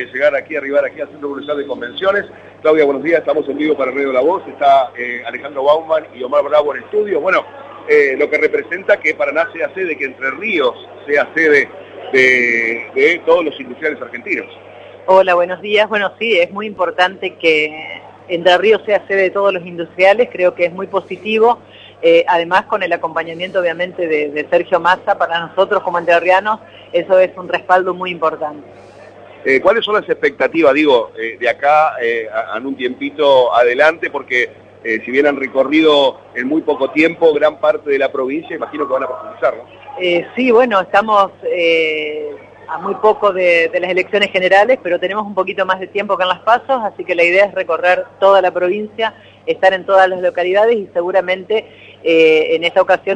llegar aquí, arribar aquí al Centro Comercial de Convenciones. Claudia, buenos días, estamos en vivo para Radio La Voz, está Alejandro Bauman y Omar Bravo en estudio. Bueno, lo que representa que Paraná sea sede, que Entre Ríos sea sede de todos los industriales argentinos. Hola, buenos días. Bueno, sí, es muy importante que Entre Ríos sea sede de todos los industriales, creo que es muy positivo. Además, con el acompañamiento obviamente de Sergio Massa, para nosotros como entrerrianos, eso es un respaldo muy importante. ¿Cuáles son las expectativas, de acá en un tiempito adelante? Porque si bien han recorrido en muy poco tiempo gran parte de la provincia, imagino que van a profundizar, ¿no? Sí, bueno, estamos a muy poco de las elecciones generales, pero tenemos un poquito más de tiempo que en las PASO, así que la idea es recorrer toda la provincia, estar en todas las localidades y seguramente en esta ocasión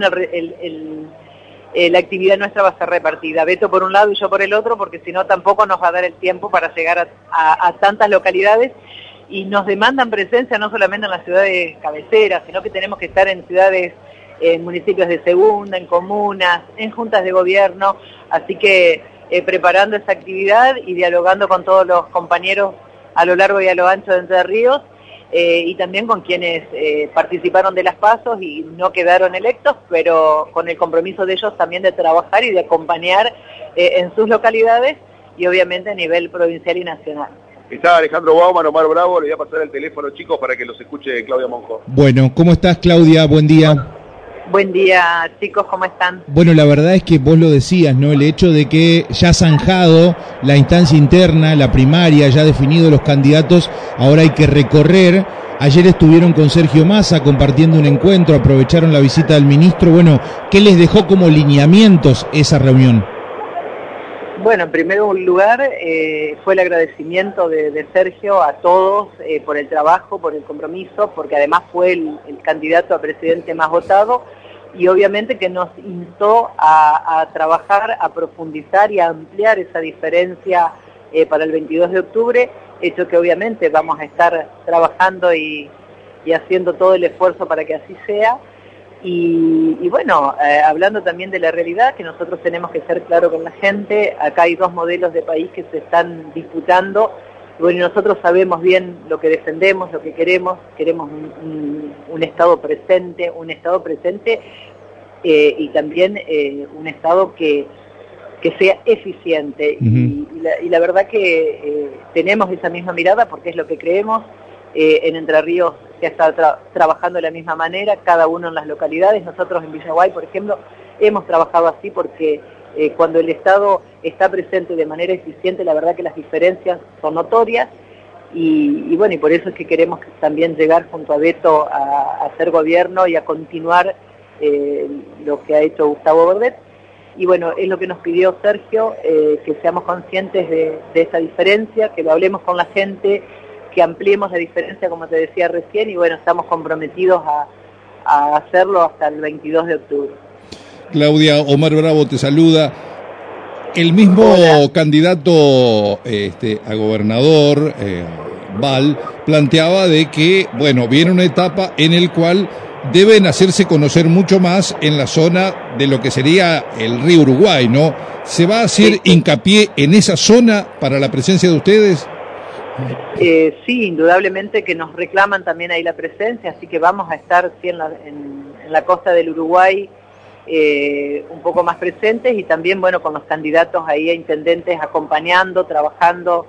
la actividad nuestra va a ser repartida. Beto por un lado y yo por el otro, porque si no tampoco nos va a dar el tiempo para llegar a tantas localidades y nos demandan presencia no solamente en las ciudades cabeceras, sino que tenemos que estar en ciudades, en municipios de segunda, en comunas, en juntas de gobierno, así que preparando esa actividad y dialogando con todos los compañeros a lo largo y a lo ancho de Entre Ríos, y también con quienes participaron de las PASO y no quedaron electos, pero con el compromiso de ellos también de trabajar y de acompañar en sus localidades y obviamente a nivel provincial y nacional. Está Alejandro Bauman, Omar Bravo, le voy a pasar el teléfono, chicos, para que los escuche Claudia Monjo. Bueno, ¿cómo estás, Claudia? Buen día. Buen día, chicos, ¿cómo están? Bueno, la verdad es que vos lo decías, ¿no? El hecho de que ya zanjado la instancia interna, la primaria, ya definido los candidatos, ahora hay que recorrer. Ayer estuvieron con Sergio Massa compartiendo un encuentro, aprovecharon la visita del ministro. Bueno, ¿qué les dejó como lineamientos esa reunión? Bueno, en primer lugar fue el agradecimiento de Sergio a todos por el trabajo, por el compromiso, porque además fue el candidato a presidente más votado y obviamente que nos instó a trabajar, a profundizar y a ampliar esa diferencia para el 22 de octubre, hecho que obviamente vamos a estar trabajando y haciendo todo el esfuerzo para que así sea. Y bueno, hablando también de la realidad, que nosotros tenemos que ser claros con la gente, acá hay dos modelos de país que se están disputando, y bueno, nosotros sabemos bien lo que defendemos, lo que queremos un Estado presente, y también un Estado que sea eficiente, y la verdad que tenemos esa misma mirada porque es lo que creemos. En Entre Ríos se está trabajando de la misma manera, cada uno en las localidades. Nosotros en Villaguay, por ejemplo, hemos trabajado así porque cuando el Estado está presente de manera eficiente, la verdad que las diferencias son notorias y bueno, y por eso es que queremos también llegar junto a Beto a hacer gobierno y a continuar lo que ha hecho Gustavo Bordet. Y bueno, es lo que nos pidió Sergio, que seamos conscientes de esa diferencia, que lo hablemos con la gente, que ampliemos la diferencia, como te decía recién, y bueno, estamos comprometidos a hacerlo hasta el 22 de octubre. Claudia, Omar Bravo te saluda. El mismo candidato a gobernador, Val, planteaba de que, bueno, viene una etapa en la cual deben hacerse conocer mucho más en la zona de lo que sería el río Uruguay, ¿no? ¿Se va a hacer hincapié en esa zona para la presencia de ustedes? Sí, indudablemente que nos reclaman también ahí la presencia, así que vamos a estar sí, en la costa del Uruguay un poco más presentes y también bueno con los candidatos ahí a intendentes acompañando, trabajando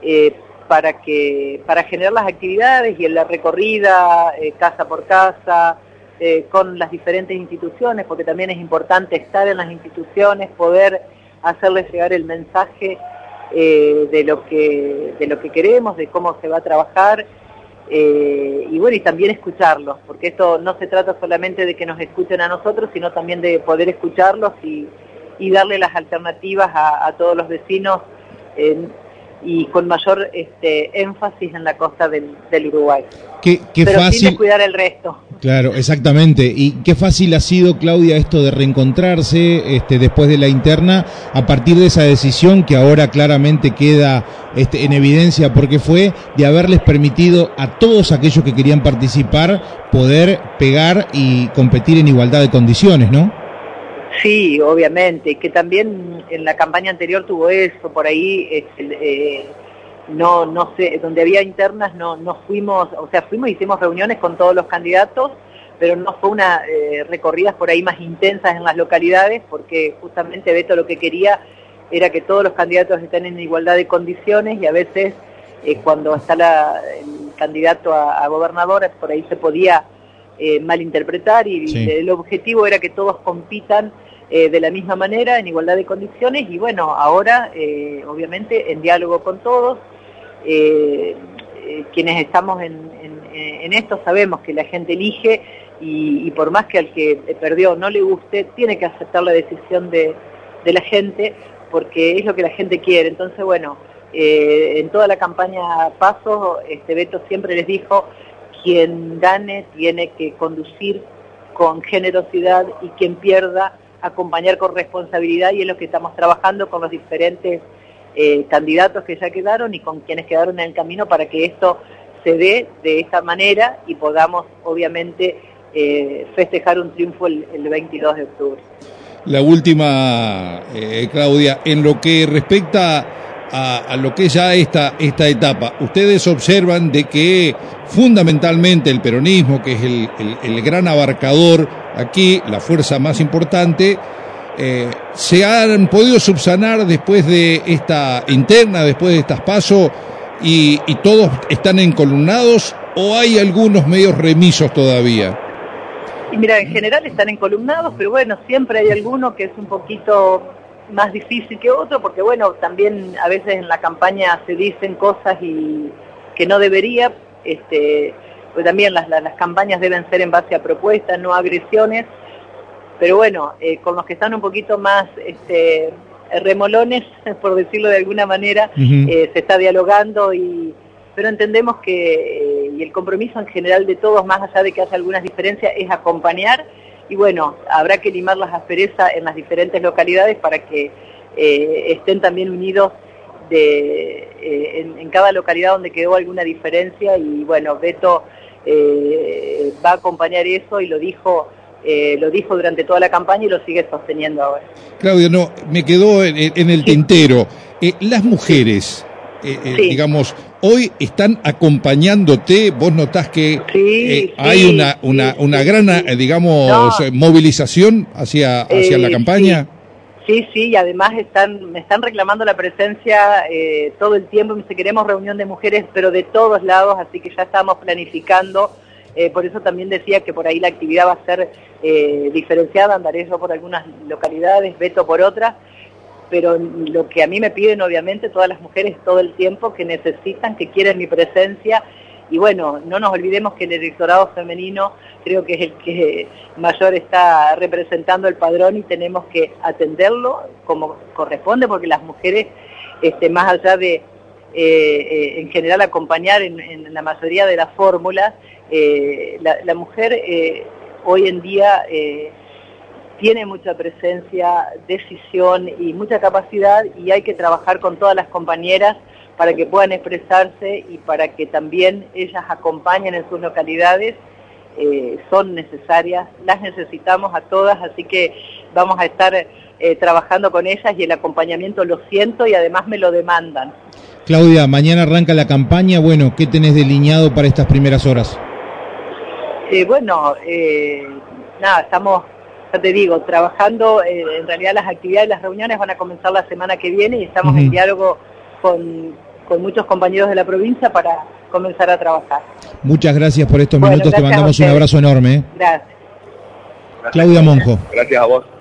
para generar las actividades y en la recorrida casa por casa con las diferentes instituciones, porque también es importante estar en las instituciones, poder hacerles llegar el mensaje de lo que queremos, de cómo se va a trabajar y bueno, y también escucharlos, porque esto no se trata solamente de que nos escuchen a nosotros, sino también de poder escucharlos y darle las alternativas a todos los vecinos y con mayor énfasis en la costa del Uruguay. Qué pero fácil, sin descuidar el resto. Claro, exactamente. Y qué fácil ha sido, Claudia, esto de reencontrarse después de la interna, a partir de esa decisión que ahora claramente queda en evidencia, porque fue de haberles permitido a todos aquellos que querían participar poder pegar y competir en igualdad de condiciones, ¿no? Sí, obviamente, que también en la campaña anterior tuvo eso, por ahí no sé, donde había internas no fuimos, o sea, fuimos y hicimos reuniones con todos los candidatos, pero no fue una recorridas por ahí más intensas en las localidades, porque justamente Beto lo que quería era que todos los candidatos estén en igualdad de condiciones, y a veces cuando está el candidato a gobernador, por ahí se podía malinterpretar, y sí, el objetivo era que todos compitan de la misma manera, en igualdad de condiciones, y bueno, ahora obviamente en diálogo con todos, quienes estamos en esto sabemos que la gente elige, y por más que al que perdió no le guste, tiene que aceptar la decisión de la gente, porque es lo que la gente quiere. Entonces, bueno, en toda la campaña Paso, Beto siempre les dijo, quien gane tiene que conducir con generosidad, y quien pierda, acompañar con responsabilidad, y es lo que estamos trabajando con los diferentes candidatos que ya quedaron y con quienes quedaron en el camino, para que esto se dé de esta manera y podamos, obviamente, festejar un triunfo el 22 de octubre. La última, Claudia, en lo que respecta a lo que es ya esta etapa, ustedes observan de que fundamentalmente el peronismo, que es el gran abarcador aquí, la fuerza más importante, se han podido subsanar después de esta interna, después de estas pasos, y todos están encolumnados, o hay algunos medios remisos todavía. Y mira, en general están encolumnados, pero bueno, siempre hay alguno que es un poquito más difícil que otro, porque bueno, también a veces en la campaña se dicen cosas y que no debería, pues también las campañas deben ser en base a propuestas, no a agresiones, pero bueno, con los que están un poquito más remolones, por decirlo de alguna manera, se está dialogando, pero entendemos que y el compromiso en general de todos, más allá de que haya algunas diferencias, es acompañar, y bueno, habrá que limar las asperezas en las diferentes localidades para que estén también unidos en cada localidad donde quedó alguna diferencia, y bueno, Beto va a acompañar eso, y lo dijo durante toda la campaña y lo sigue sosteniendo ahora. Claudia, no, me quedó en el tintero. Las mujeres, sí, digamos, hoy están acompañándote. ¿Vos notás que hay una gran, digamos, movilización hacia la campaña? Sí, y además me están reclamando la presencia todo el tiempo. Si queremos reunión de mujeres, pero de todos lados, así que ya estamos planificando. Por eso también decía que por ahí la actividad va a ser diferenciada, andaré yo por algunas localidades, Beto por otras, pero lo que a mí me piden, obviamente, todas las mujeres todo el tiempo, que necesitan, que quieren mi presencia, y bueno, no nos olvidemos que el electorado femenino creo que es el que mayor está representando el padrón, y tenemos que atenderlo como corresponde, porque las mujeres, más allá de en general acompañar en la mayoría de las fórmulas, la mujer hoy en día tiene mucha presencia, decisión y mucha capacidad, y hay que trabajar con todas las compañeras para que puedan expresarse y para que también ellas acompañen en sus localidades. Son necesarias, las necesitamos a todas, así que vamos a estar trabajando con ellas, y el acompañamiento lo siento y además me lo demandan. Claudia, mañana arranca la campaña, bueno, ¿qué tenés delineado para estas primeras horas? Nada, estamos, ya te digo, trabajando, en realidad las actividades, las reuniones van a comenzar la semana que viene, y estamos en diálogo con muchos compañeros de la provincia para comenzar a trabajar. Muchas gracias por estos minutos, te mandamos un abrazo enorme. Gracias. Claudia Monjo. Gracias a vos.